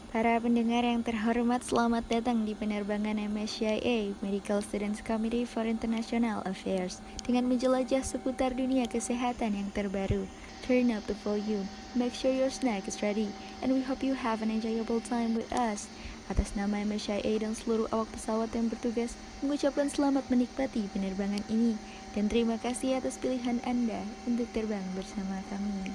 Para pendengar yang terhormat, selamat datang di penerbangan MSCIA Medical Students Committee for International Affairs dengan menjelajah seputar dunia kesehatan yang terbaru. Turn up the volume, make sure your snack is ready, and we hope you have an enjoyable time with us. Atas nama MSCIA dan seluruh awak pesawat yang bertugas, mengucapkan selamat menikmati penerbangan ini dan terima kasih atas pilihan Anda untuk terbang bersama kami.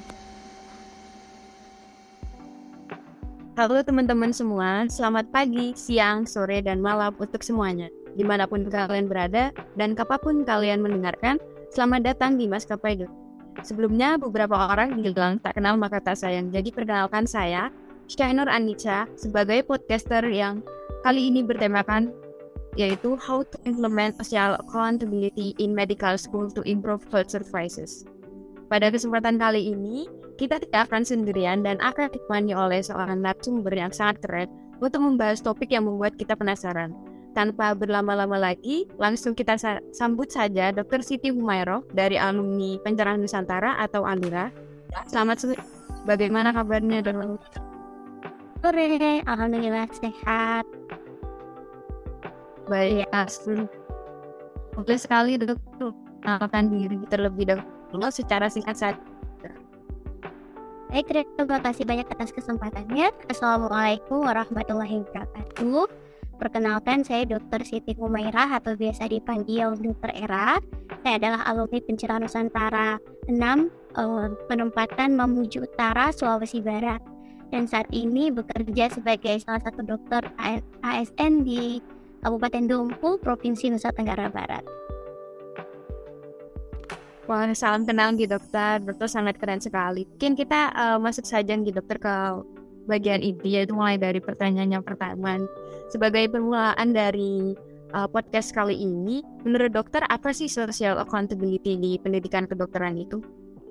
Halo teman-teman semua, selamat pagi, siang, sore, dan malam untuk semuanya. Dimanapun kalian berada dan kapanpun kalian mendengarkan, selamat datang di Maskapai Dut. Sebelumnya, beberapa orang bilang tak kenal maka tak sayang. Jadi perkenalkan saya, Syainur Anissa, sebagai podcaster yang kali ini bertemakan yaitu How to Implement Social Accountability in Medical School to Improve Health Services. Pada kesempatan kali ini, kita tidak akan sendirian dan akan ditemani oleh seorang narasumber yang sangat keren untuk membahas topik yang membuat kita penasaran. Tanpa berlama-lama lagi, langsung kita sambut saja Dr. Siti Humairah dari alumni Pencerahan Nusantara atau ANURA. Selamat sore. Bagaimana kabarnya, Dr. Sore, alhamdulillah sehat. Baik, boleh sekali Dr. Kenalkan diri terlebih dahulu secara singkat saja. Baik, terima kasih banyak atas kesempatannya. Assalamualaikum warahmatullahi wabarakatuh. Perkenalkan, saya Dr. Siti Humairah atau biasa dipanggil Dr. Era. Saya adalah alumni Pencerahan Nusantara 6, penempatan Mamuju Utara, Sulawesi Barat. Dan saat ini bekerja sebagai salah satu dokter ASN di Kabupaten Dompu, Provinsi Nusa Tenggara Barat. Wah, salam kenal nih dokter. Dokter sangat keren sekali. Mungkin kita masuk saja nih dokter ke bagian inti, yaitu mulai dari pertanyaan yang pertama. Sebagai permulaan dari podcast kali ini, menurut dokter apa sih social accountability di pendidikan kedokteran itu?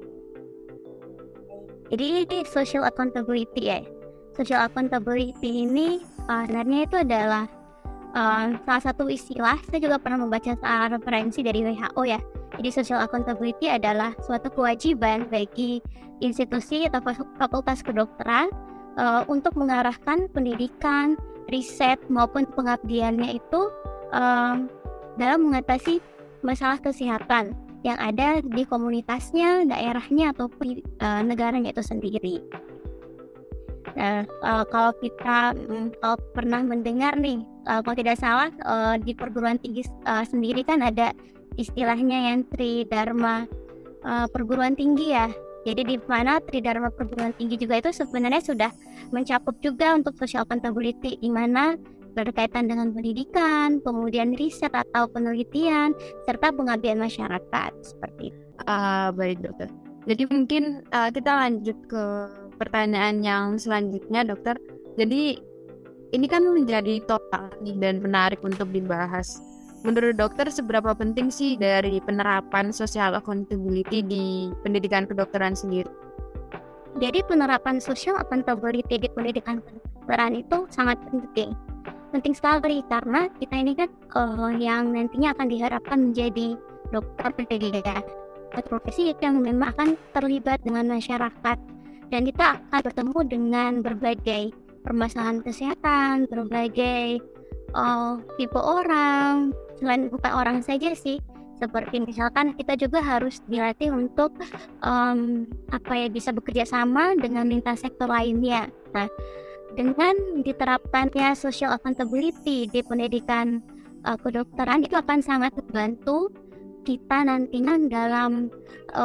Jadi ini social accountability ya. Social accountability ini sebenarnya itu adalah salah satu istilah. Saya juga pernah membaca referensi dari WHO ya. Jadi social accountability adalah suatu kewajiban bagi institusi atau fakultas kedokteran untuk mengarahkan pendidikan, riset maupun pengabdiannya itu dalam mengatasi masalah kesehatan yang ada di komunitasnya, daerahnya ataupun negaranya itu sendiri. Nah, kalau kita pernah mendengar nih, kalau tidak salah di perguruan tinggi sendiri kan ada istilahnya yang Tridharma perguruan tinggi ya. Jadi di mana Tridharma perguruan tinggi juga itu sebenarnya sudah mencakup juga untuk social accountability, di mana berkaitan dengan pendidikan, kemudian riset atau penelitian, serta pengabdian masyarakat seperti itu. Baik dokter. Jadi mungkin kita lanjut ke pertanyaan yang selanjutnya dokter. Jadi ini kan menjadi topik dan menarik untuk dibahas. Menurut dokter, seberapa penting sih dari penerapan social accountability di pendidikan kedokteran sendiri? Jadi penerapan social accountability di pendidikan kedokteran itu sangat penting. Penting sekali karena kita ini kan yang nantinya akan diharapkan menjadi dokter pendidikan profesi yang memang akan terlibat dengan masyarakat. Dan kita akan bertemu dengan berbagai permasalahan kesehatan, berbagai tipe orang, selain bukan orang saja sih, seperti misalkan kita juga harus dilatih untuk bisa bekerja sama dengan lintas sektor lainnya. Nah, dengan diterapkannya social accountability di pendidikan kedokteran itu akan sangat membantu kita nantinya dalam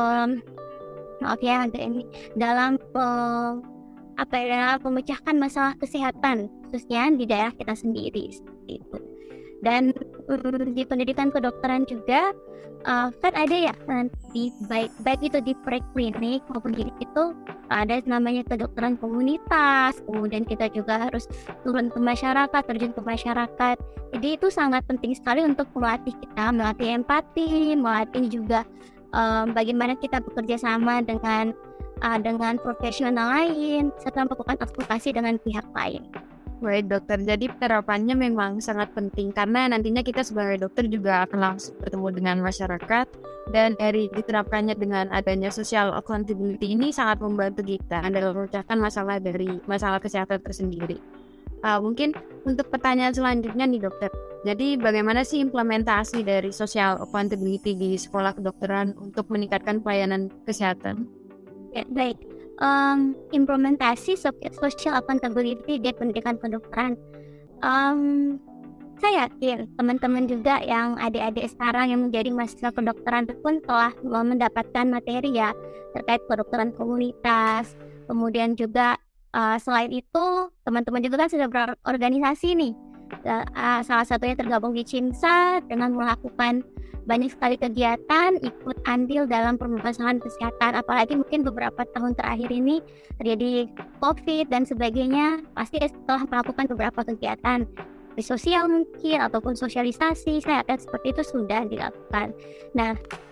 dalam memecahkan masalah kesehatan khususnya di daerah kita sendiri seperti itu. Dan di pendidikan kedokteran juga kan ada ya di baik itu di preklinik maupun itu ada namanya kedokteran komunitas. Kemudian kita juga harus turun ke masyarakat, terjun ke masyarakat. Jadi itu sangat penting sekali untuk melatih empati, melatih juga bagaimana kita bekerja sama dengan profesional lain, serta melakukan advokasi dengan pihak lain. Baik dokter, jadi penerapannya memang sangat penting karena nantinya kita sebagai dokter juga akan langsung bertemu dengan masyarakat, dan dari diterapkannya dengan adanya social accountability ini sangat membantu kita dalam memecahkan masalah kesehatan tersendiri. Mungkin untuk pertanyaan selanjutnya nih dokter. Jadi bagaimana sih implementasi dari social accountability di sekolah kedokteran untuk meningkatkan pelayanan kesehatan? Ya, baik. Implementasi social accountability di pendidikan kedokteran. Saya yakin teman-teman juga yang adik-adik sekarang yang menjadi mahasiswa kedokteran pun telah mendapatkan materi ya terkait kedokteran komunitas. Kemudian juga selain itu teman-teman juga kan sudah berorganisasi nih. Salah satunya tergabung di CIMSA dengan melakukan banyak sekali kegiatan, ikut andil dalam permasalahan kesehatan. Apalagi mungkin beberapa tahun terakhir ini terjadi COVID dan sebagainya, pasti setelah melakukan beberapa kegiatan di sosial mungkin ataupun sosialisasi, saya akan seperti itu sudah dilakukan. Nah,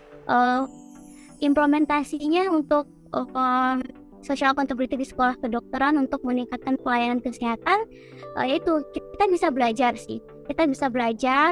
implementasinya untuk social accountability di sekolah kedokteran untuk meningkatkan pelayanan kesehatan, yaitu kita bisa belajar sih. Kita bisa belajar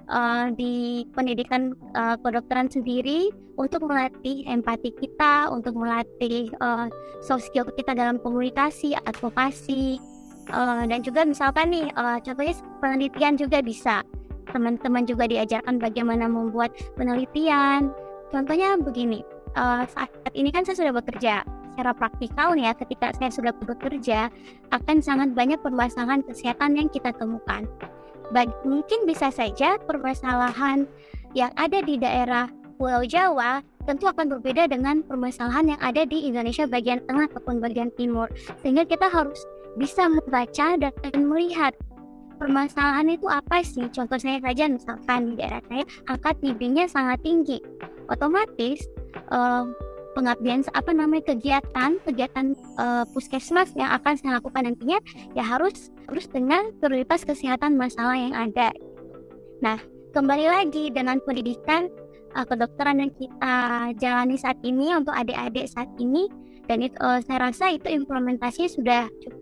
di pendidikan kedokteran sendiri untuk melatih empati kita, untuk melatih soft skill kita dalam komunikasi, advokasi, dan juga misalkan nih, contohnya penelitian juga bisa. Teman-teman juga diajarkan bagaimana membuat penelitian. Contohnya begini, saat ini kan saya sudah bekerja. Secara praktikal nih ya, ketika saya sudah bekerja, akan sangat banyak permasalahan kesehatan yang kita temukan. Mungkin bisa saja permasalahan yang ada di daerah Pulau Jawa tentu akan berbeda dengan permasalahan yang ada di Indonesia bagian tengah ataupun bagian timur. Sehingga kita harus bisa membaca dan melihat permasalahan itu apa sih. Contoh saya saja, misalkan di daerah saya angka TB-nya sangat tinggi. Otomatis pengabdian kegiatan puskesmas yang akan saya lakukan nantinya ya harus dengan prioritas kesehatan masalah yang ada. Nah, kembali lagi dengan pendidikan kedokteran yang kita jalani saat ini untuk adik-adik saat ini, dan itu saya rasa itu implementasinya sudah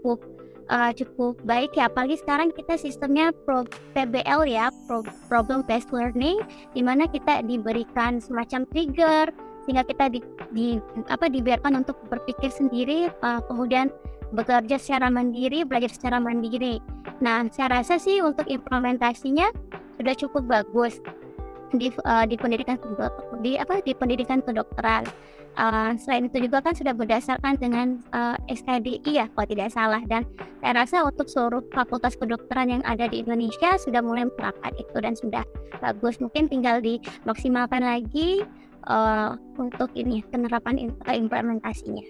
cukup baik ya. Apalagi sekarang kita sistemnya PBL ya, problem based learning, di mana kita diberikan semacam trigger sehingga kita dibiarkan untuk berpikir sendiri, kemudian bekerja secara mandiri, belajar secara mandiri. Nah, saya rasa sih untuk implementasinya sudah cukup bagus di pendidikan kedokteran. Selain itu juga kan sudah berdasarkan dengan SKDI ya kalau tidak salah, dan saya rasa untuk seluruh fakultas kedokteran yang ada di Indonesia sudah mulai menerapkan itu dan sudah bagus. Mungkin tinggal dimaksimalkan lagi untuk penerapan implementasinya.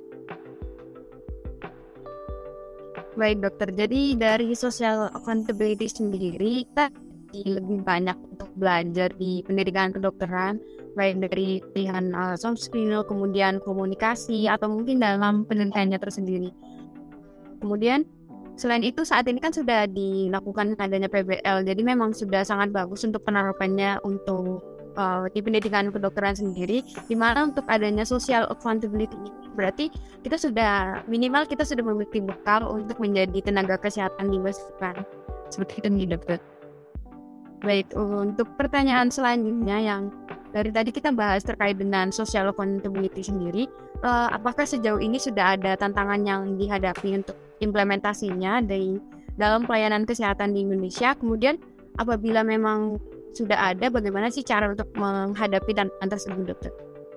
Baik dokter, jadi dari social accountability sendiri kita lebih banyak untuk belajar di pendidikan kedokteran, baik dari pilihan soft skill, kemudian komunikasi, atau mungkin dalam penelitiannya tersendiri. Kemudian selain itu saat ini kan sudah dilakukan adanya PBL, jadi memang sudah sangat bagus untuk penerapannya untuk di pendidikan kedokteran sendiri, di mana untuk adanya social accountability ini berarti kita sudah memiliki bekal untuk menjadi tenaga kesehatan di masa depan. Seperti itu nih dokter. Baik, untuk pertanyaan selanjutnya yang dari tadi kita bahas terkait dengan social accountability sendiri, apakah sejauh ini sudah ada tantangan yang dihadapi untuk implementasinya dalam pelayanan kesehatan di Indonesia? Kemudian apabila memang sudah ada, bagaimana sih cara untuk menghadapi tantangan tersebut, dokter?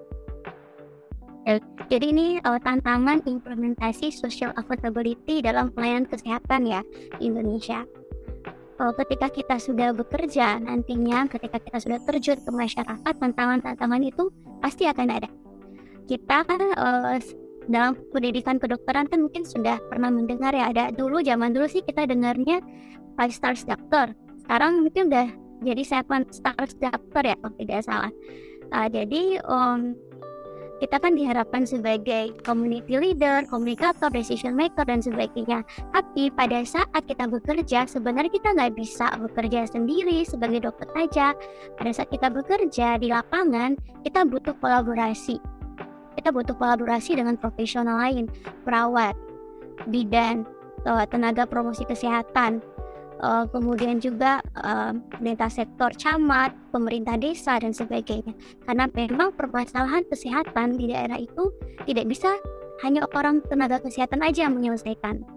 Jadi ini tantangan implementasi social accountability dalam pelayanan kesehatan ya di Indonesia. Ketika kita sudah bekerja nantinya, ketika kita sudah terjun ke masyarakat, tantangan-tantangan itu pasti akan ada. Kita kan dalam pendidikan kedokteran kan mungkin sudah pernah mendengar ya, zaman dulu sih kita dengarnya 5 stars doctor. Sekarang mungkin udah jadi 7 stars doctor ya kalau tidak salah. Jadi kita kan diharapkan sebagai community leader, komunikator, decision maker, dan sebagainya. Tapi pada saat kita bekerja, sebenarnya kita nggak bisa bekerja sendiri sebagai dokter saja. Pada saat kita bekerja di lapangan, kita butuh kolaborasi. Kita butuh kolaborasi dengan profesional lain, perawat, bidan, tenaga promosi kesehatan, kemudian juga pemerintah sektor, camat, pemerintah desa, dan sebagainya. Karena memang permasalahan kesehatan di daerah itu tidak bisa hanya orang tenaga kesehatan aja yang menyelesaikan.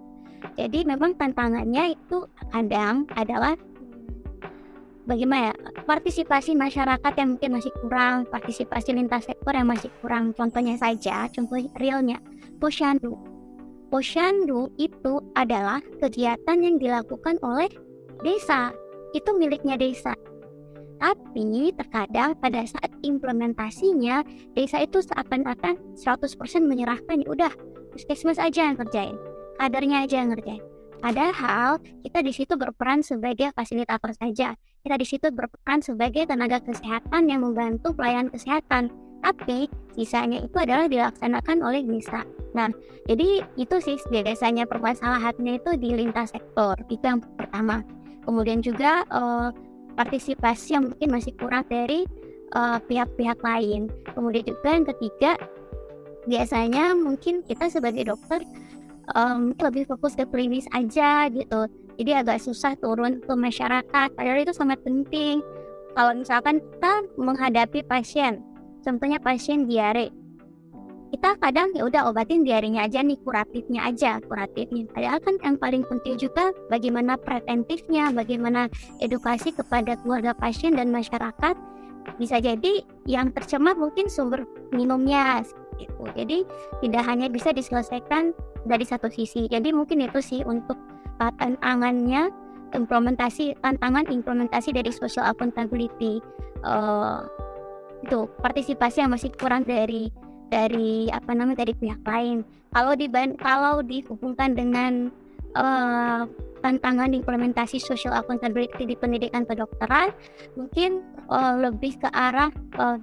Jadi memang tantangannya itu kadang adalah bagaimana ya, partisipasi masyarakat yang mungkin masih kurang, partisipasi lintas sektor yang masih kurang. Contohnya saja, contoh realnya, Posyandu. Posyandu itu adalah kegiatan yang dilakukan oleh desa, itu miliknya desa. Tapi terkadang pada saat implementasinya, desa itu seakan-akan 100% menyerahkan, ya udah, puskesmas aja yang kerjain, kadernya aja yang ngerjain. Padahal kita di situ berperan sebagai fasilitator saja. Kita di situ berperan sebagai tenaga kesehatan yang membantu pelayanan kesehatan. Tapi sisanya itu adalah dilaksanakan oleh desa. Nah, jadi itu sih biasanya permasalahannya itu di lintas sektor. Itu yang pertama. Kemudian juga partisipasi yang mungkin masih kurang dari pihak-pihak lain. Kemudian juga yang ketiga, biasanya mungkin kita sebagai dokter lebih fokus ke klinis aja gitu, jadi agak susah turun ke masyarakat, padahal itu sangat penting. Kalau misalkan kita menghadapi pasien, contohnya pasien diare, kita kadang ya udah obatin diarenya aja nih, kuratifnya. Padahal kan yang paling penting juga bagaimana preventifnya, bagaimana edukasi kepada keluarga pasien dan masyarakat. Bisa jadi yang tercemar mungkin sumber minumnya gitu. Jadi tidak hanya bisa diselesaikan dari satu sisi. Jadi mungkin itu sih untuk tantangan implementasi dari social accountability. Itu partisipasi yang masih kurang dari pihak lain. Kalau dihubungkan dengan tantangan implementasi social accountability di pendidikan kedokteran, mungkin lebih ke arah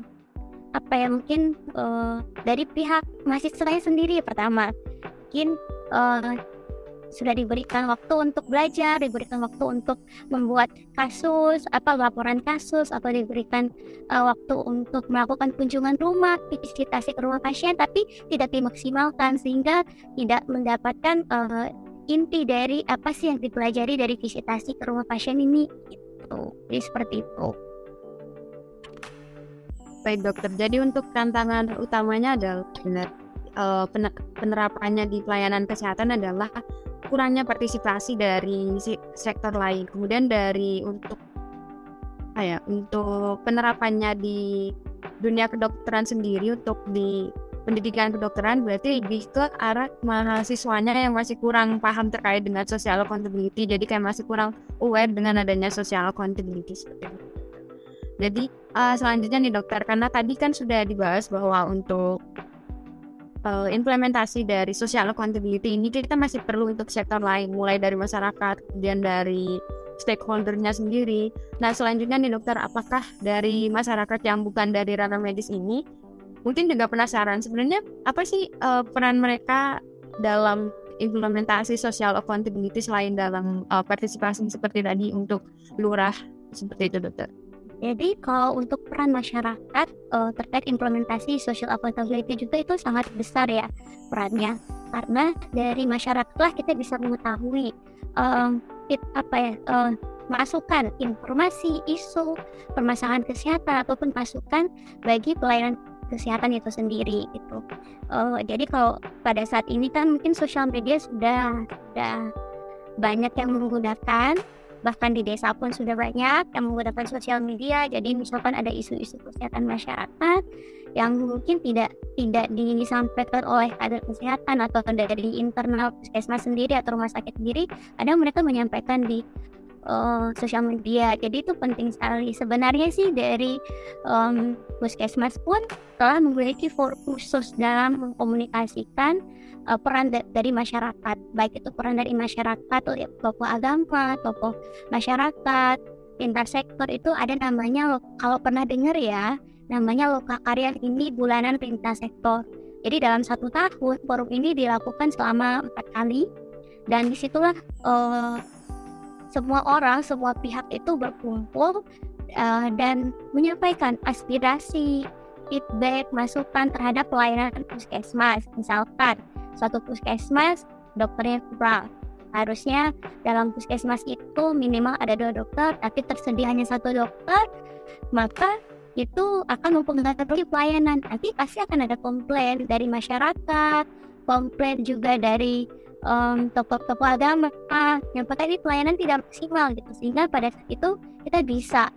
dari pihak mahasiswanya sendiri. Pertama, mungkin sudah diberikan waktu untuk belajar, diberikan waktu untuk membuat laporan kasus, atau diberikan waktu untuk melakukan kunjungan rumah, visitasi ke rumah pasien, tapi tidak dimaksimalkan sehingga tidak mendapatkan inti dari apa sih yang dipelajari dari visitasi ke rumah pasien ini gitu. Jadi seperti itu. Baik dokter, jadi untuk tantangan utamanya adalah penerapannya di pelayanan kesehatan adalah kurangnya partisipasi dari sektor lain. Kemudian untuk penerapannya di dunia kedokteran sendiri, untuk di pendidikan kedokteran berarti lebih ke arah mahasiswanya yang masih kurang paham terkait dengan social accountability. Jadi kayak masih kurang aware dengan adanya social accountability seperti itu. Jadi selanjutnya nih dokter, karena tadi kan sudah dibahas bahwa untuk implementasi dari social accountability ini kita masih perlu untuk sektor lain, mulai dari masyarakat, kemudian dari stakeholder-nya sendiri. Nah selanjutnya nih dokter, apakah dari masyarakat yang bukan dari ranah medis ini mungkin juga penasaran sebenarnya apa sih peran mereka dalam implementasi social accountability selain dalam partisipasi seperti tadi untuk lurah, seperti itu dokter? Jadi kalau untuk peran masyarakat terkait implementasi social accountability juga itu sangat besar ya perannya, karena dari masyarakatlah kita bisa mengetahui masukan, informasi, isu, permasalahan kesehatan ataupun masukan bagi pelayanan kesehatan itu sendiri gitu. Jadi kalau pada saat ini kan mungkin sosial media sudah banyak yang menggunakan, bahkan di desa pun sudah banyak yang menggunakan sosial media. Jadi misalkan ada isu-isu kesehatan masyarakat yang mungkin tidak disampaikan oleh kader kesehatan atau dari internal puskesmas sendiri atau rumah sakit sendiri, ada mereka menyampaikan di sosial media. Jadi itu penting sekali. Sebenarnya sih dari puskesmas pun telah memiliki forum khusus dalam mengkomunikasikan peran dari masyarakat, baik itu peran dari masyarakat, tokoh agama, tokoh masyarakat, lintas sektor. Itu ada namanya, kalau pernah dengar ya, namanya Lokakarya ini bulanan lintas sektor. Jadi dalam 1 tahun forum ini dilakukan selama 4 kali, dan disitulah semua pihak itu berkumpul dan menyampaikan aspirasi, feedback, masukan terhadap pelayanan puskesmas. Misalkan suatu puskesmas dokternya kurang, harusnya dalam puskesmas itu minimal ada 2 dokter, tapi tersedia hanya 1 dokter, maka itu akan mempengaruhi pelayanan. Nanti pasti akan ada komplain dari masyarakat, komplain juga dari tokoh-tokoh agama yang pada ini pelayanan tidak maksimal gitu, sehingga pada saat itu kita bisa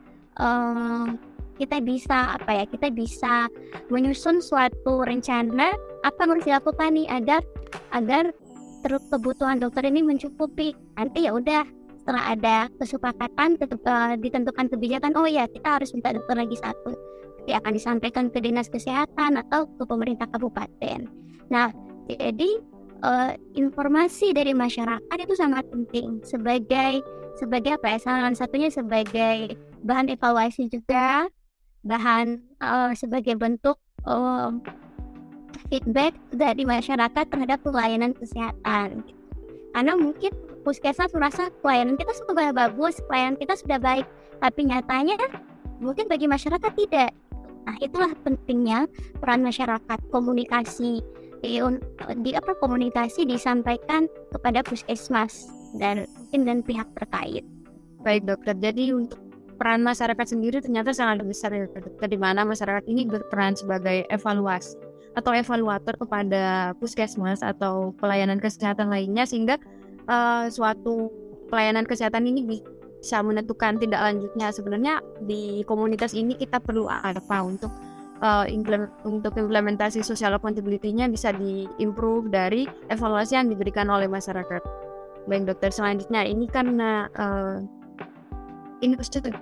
kita bisa menyusun suatu rencana apa yang harus dilakukan nih agar kebutuhan dokter ini mencukupi. Nanti ya udah setelah ada kesepakatan ditentukan kebijakan, oh ya kita harus minta dokter lagi satu, nanti akan disampaikan ke dinas kesehatan atau ke pemerintah kabupaten. Nah, jadi informasi dari masyarakat itu sangat penting sebagai apa ya, salah satunya sebagai bahan evaluasi juga, bahan sebagai bentuk feedback dari masyarakat terhadap pelayanan kesehatan. Karena mungkin puskesmas merasa pelayanan kita sudah bagus, pelayanan kita sudah baik, tapi nyatanya mungkin bagi masyarakat tidak. Nah, itulah pentingnya peran masyarakat, komunikasi komunikasi disampaikan kepada puskesmas dan pihak terkait. Baik dokter, jadi untuk peran masyarakat sendiri ternyata sangat besar ya dokter, di mana masyarakat ini berperan sebagai evaluasi atau evaluator kepada puskesmas atau pelayanan kesehatan lainnya, sehingga suatu pelayanan kesehatan ini bisa menentukan tindak lanjutnya. Sebenarnya di komunitas ini kita perlu apa untuk implementasi social accountability-nya bisa di-improve dari evaluasi yang diberikan oleh masyarakat. Baik dokter, selanjutnya ini karena ini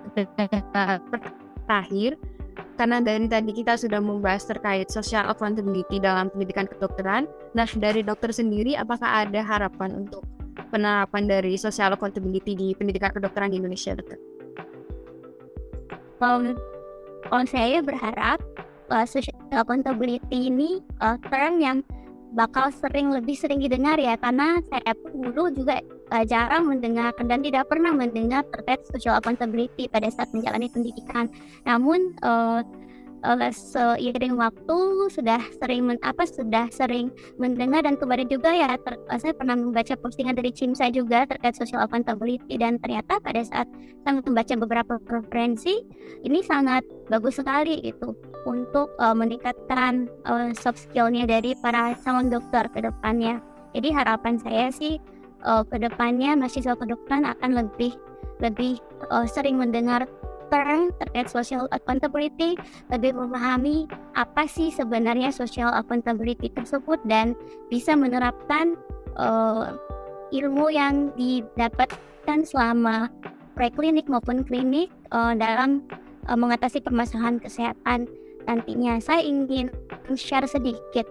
terakhir, karena dari tadi kita sudah membahas terkait social accountability dalam pendidikan kedokteran. Nah, dari dokter sendiri apakah ada harapan untuk penerapan dari social accountability di pendidikan kedokteran di Indonesia, dokter? Kalau saya berharap social accountability ini term yang bakal lebih sering didengar ya, karena saya pun dulu juga jarang mendengar dan tidak pernah mendengar terkait social accountability pada saat menjalani pendidikan. Namun seiring waktu sudah sering mendengar, dan kemarin juga ya saya pernah membaca postingan dari CIMSA juga terkait social accountability, dan ternyata pada saat saya membaca beberapa referensi ini sangat bagus sekali gitu untuk meningkatkan soft skill-nya dari para calon dokter ke depannya. Jadi harapan saya sih ke depannya mahasiswa kedokteran akan lebih sering mendengar terkait social accountability, lebih memahami apa sih sebenarnya social accountability tersebut, dan bisa menerapkan ilmu yang didapatkan selama preklinik maupun klinik dalam mengatasi permasalahan kesehatan nantinya. Saya ingin share sedikit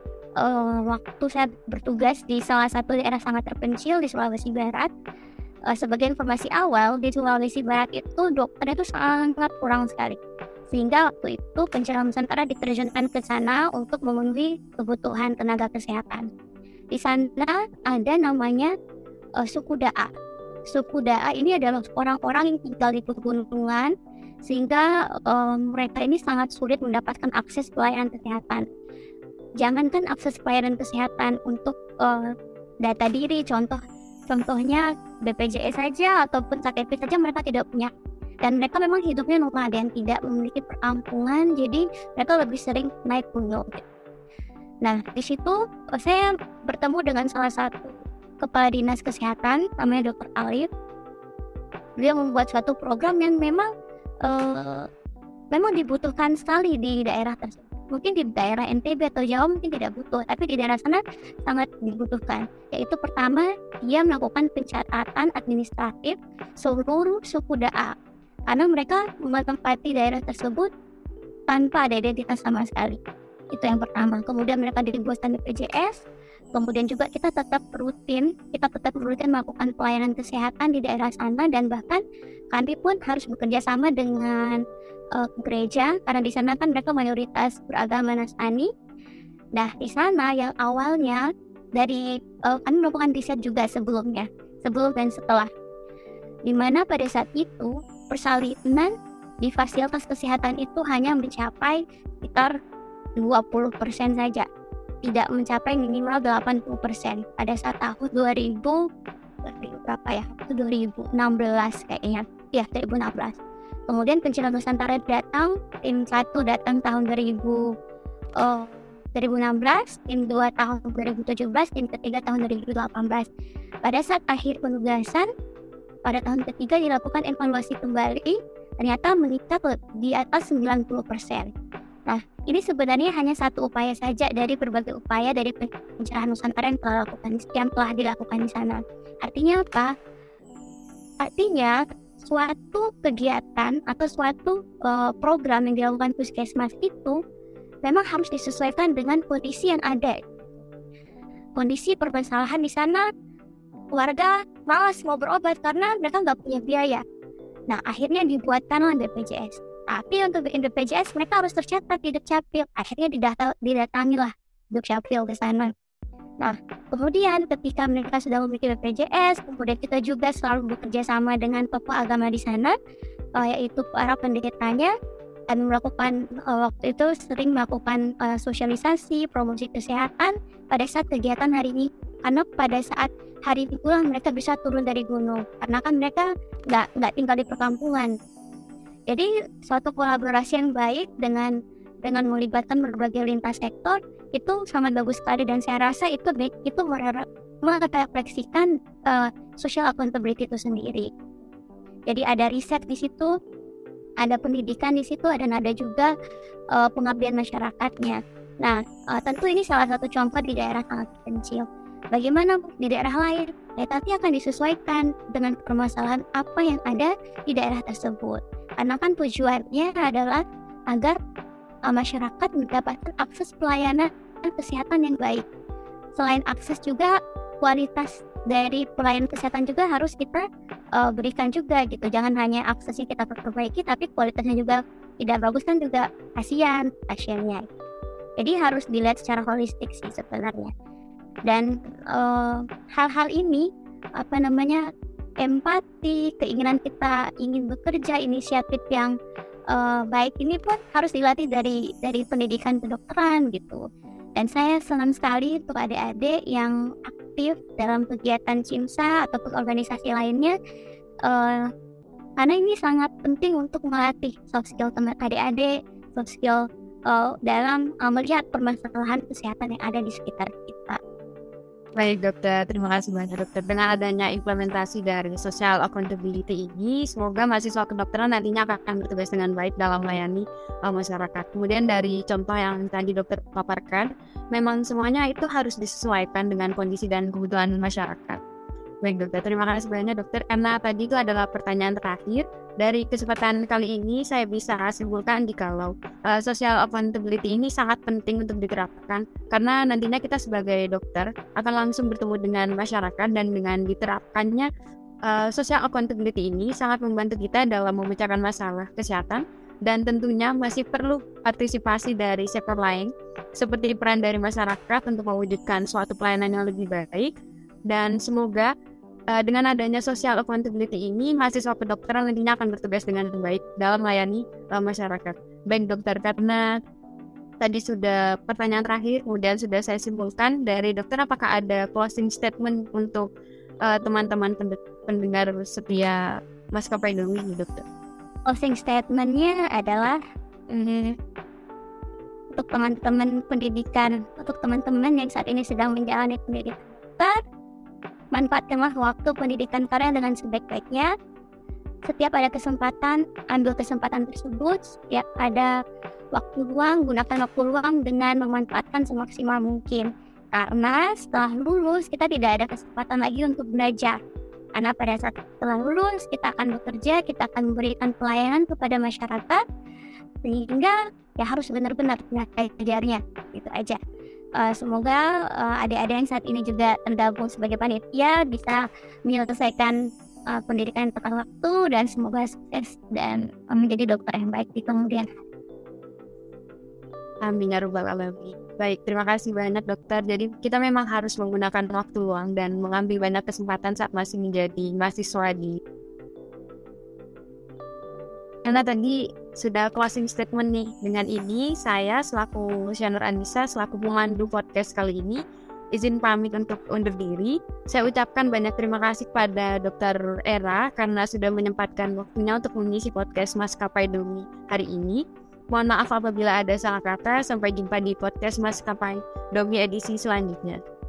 waktu saya bertugas di salah satu daerah sangat terpencil di Sulawesi Barat. Sebagai informasi awal, di Sulawesi Barat itu dokter itu sangat kurang sekali, sehingga waktu itu Pencarian Nusantara diterjunkan ke sana untuk memenuhi kebutuhan tenaga kesehatan. Di sana ada namanya suku Da'a. Suku Da'a ini adalah orang-orang yang tinggal di pegunungan, sehingga mereka ini sangat sulit mendapatkan akses pelayanan kesehatan. Jangankan akses pelayanan kesehatan untuk data diri, contohnya BPJS saja ataupun KTP saja mereka tidak punya, dan mereka memang hidupnya nomaden, tidak memiliki perkampungan, jadi mereka lebih sering naik gunung. Nah, di situ saya bertemu dengan salah satu kepala dinas kesehatan namanya Dr. Alif. Dia membuat suatu program yang memang dibutuhkan sekali di daerah tersebut. Mungkin di daerah NTB atau Jawa mungkin tidak butuh, tapi di daerah sana sangat dibutuhkan. Yaitu pertama, dia melakukan pencatatan administratif seluruh suku Da'a, karena mereka menempati daerah tersebut tanpa ada identitas sama sekali. Itu yang pertama. Kemudian mereka dibebaskan BPJS. Kemudian juga kita tetap rutin melakukan pelayanan kesehatan di daerah sana, dan bahkan kami pun harus bekerja sama dengan gereja, karena di sana kan mereka mayoritas beragama Nasrani. Nah, di sana yang awalnya dari kami melakukan riset juga sebelum dan setelah, di mana pada saat itu persalinan di fasilitas kesehatan itu hanya mencapai sekitar 20% saja, tidak mencapai minimal 80% pada saat tahun 2016 kayaknya, ya 2016. Kemudian Pencarian Nusantara datang, tim 1 datang tahun 2017, 2016, tim 2 tahun 2017, tim ketiga tahun 2018. Pada saat akhir penugasan, pada tahun ketiga dilakukan evaluasi kembali, ternyata meningkat di atas 90%. Nah, ini sebenarnya hanya satu upaya saja dari berbagai upaya dari pencerahan Nusantara yang telah dilakukan di sana. Artinya apa? Artinya suatu kegiatan atau suatu program yang dilakukan puskesmas itu memang harus disesuaikan dengan kondisi yang ada. Kondisi permasalahan di sana, warga malas mau berobat karena mereka nggak punya biaya. Nah, akhirnya dibuatkanlah BPJS. Tapi untuk bikin BPJS mereka harus tercatat di Dukcapil. Akhirnya didatangilah Dukcapil ke sana. Nah, kemudian ketika mereka sudah memiliki BPJS, kemudian kita juga selalu bekerja sama dengan tokoh agama di sana, yaitu para pendetanya, dan melakukan waktu itu sering melakukan sosialisasi, promosi kesehatan pada saat kegiatan hari ini. Karena pada saat hari itu mereka bisa turun dari gunung, karena kan mereka nggak tinggal di perkampungan. Jadi suatu kolaborasi yang baik dengan melibatkan berbagai lintas sektor itu sangat bagus sekali, dan saya rasa itu merefleksikan social accountability itu sendiri. Jadi ada riset di situ, ada pendidikan di situ, dan ada juga pengabdian masyarakatnya. Nah, tentu ini salah satu contoh di daerah sangat kecil. Bagaimana di daerah lain? Tapi akan disesuaikan dengan permasalahan apa yang ada di daerah tersebut. Karena kan tujuannya adalah agar masyarakat mendapatkan akses pelayanan kesehatan yang baik. Selain akses juga kualitas dari pelayanan kesehatan juga harus kita berikan juga gitu. Jangan hanya aksesnya kita perbaiki tapi kualitasnya juga tidak bagus, kan juga kasihan pasiennya. Jadi harus dilihat secara holistik sih sebenarnya. Dan hal-hal ini empati, keinginan kita ingin bekerja, inisiatif yang baik ini pun harus dilatih dari pendidikan kedokteran gitu. Dan saya senang sekali untuk adik-adik yang aktif dalam kegiatan CIMSA ataupun organisasi lainnya, karena ini sangat penting untuk melatih soft skill teman adik-adik, soft skill dalam melihat permasalahan kesehatan yang ada di sekitar kita. Baik dokter, terima kasih banyak dokter. Dengan adanya implementasi dari social accountability ini, semoga mahasiswa kedokteran nantinya akan bertugas dengan baik dalam melayani masyarakat. Kemudian dari contoh yang tadi dokter paparkan, memang semuanya itu harus disesuaikan dengan kondisi dan kebutuhan masyarakat. Baik dokter, terima kasih banyak dokter, karena tadi itu adalah pertanyaan terakhir. Dari kesempatan kali ini saya bisa simpulkan jikalau social accountability ini sangat penting untuk diterapkan, karena nantinya kita sebagai dokter akan langsung bertemu dengan masyarakat, dan dengan diterapkannya social accountability ini sangat membantu kita dalam memecahkan masalah kesehatan. Dan tentunya masih perlu partisipasi dari sektor lain seperti peran dari masyarakat untuk mewujudkan suatu pelayanan yang lebih baik. Dan semoga dengan adanya social accountability ini, mahasiswa kedokteran nantinya akan bertugas dengan baik dalam melayani masyarakat. Baik dokter, karena tadi sudah pertanyaan terakhir, kemudian sudah saya simpulkan dari dokter, apakah ada closing statement untuk teman-teman pendengar setia Maskapai Dumi, dokter? Closing statementnya adalah untuk teman-teman pendidikan, untuk teman-teman yang saat ini sedang menjalani pendidikan, manfaatkanlah waktu pendidikan kalian dengan sebaik-baiknya. Setiap ada kesempatan, ambil kesempatan tersebut. Setiap ada waktu luang, gunakan waktu luang dengan memanfaatkan semaksimal mungkin. Karena setelah lulus, kita tidak ada kesempatan lagi untuk belajar. Karena pada saat setelah lulus, kita akan bekerja, kita akan memberikan pelayanan kepada masyarakat. Sehingga ya harus benar-benar belajarnya, gitu aja. Semoga adik-adik yang saat ini juga tergabung sebagai panitia bisa menyelesaikan pendidikan yang tepat waktu, dan semoga sukses dan menjadi dokter yang baik di kemudian hari. Amin ya rabbal alamin. Baik, terima kasih banyak dokter. Jadi kita memang harus menggunakan waktu luang dan mengambil banyak kesempatan saat masih menjadi mahasiswa di. Karena tadi sudah closing statement nih. Dengan ini saya selaku Syanur Anissa, selaku pemandu podcast kali ini, izin pamit untuk undur diri. Saya ucapkan banyak terima kasih kepada Dr. Era karena sudah menyempatkan waktunya untuk mengisi podcast Maskapai Dumi hari ini. Mohon maaf apabila ada salah kata. Sampai jumpa di podcast Maskapai Domi edisi selanjutnya.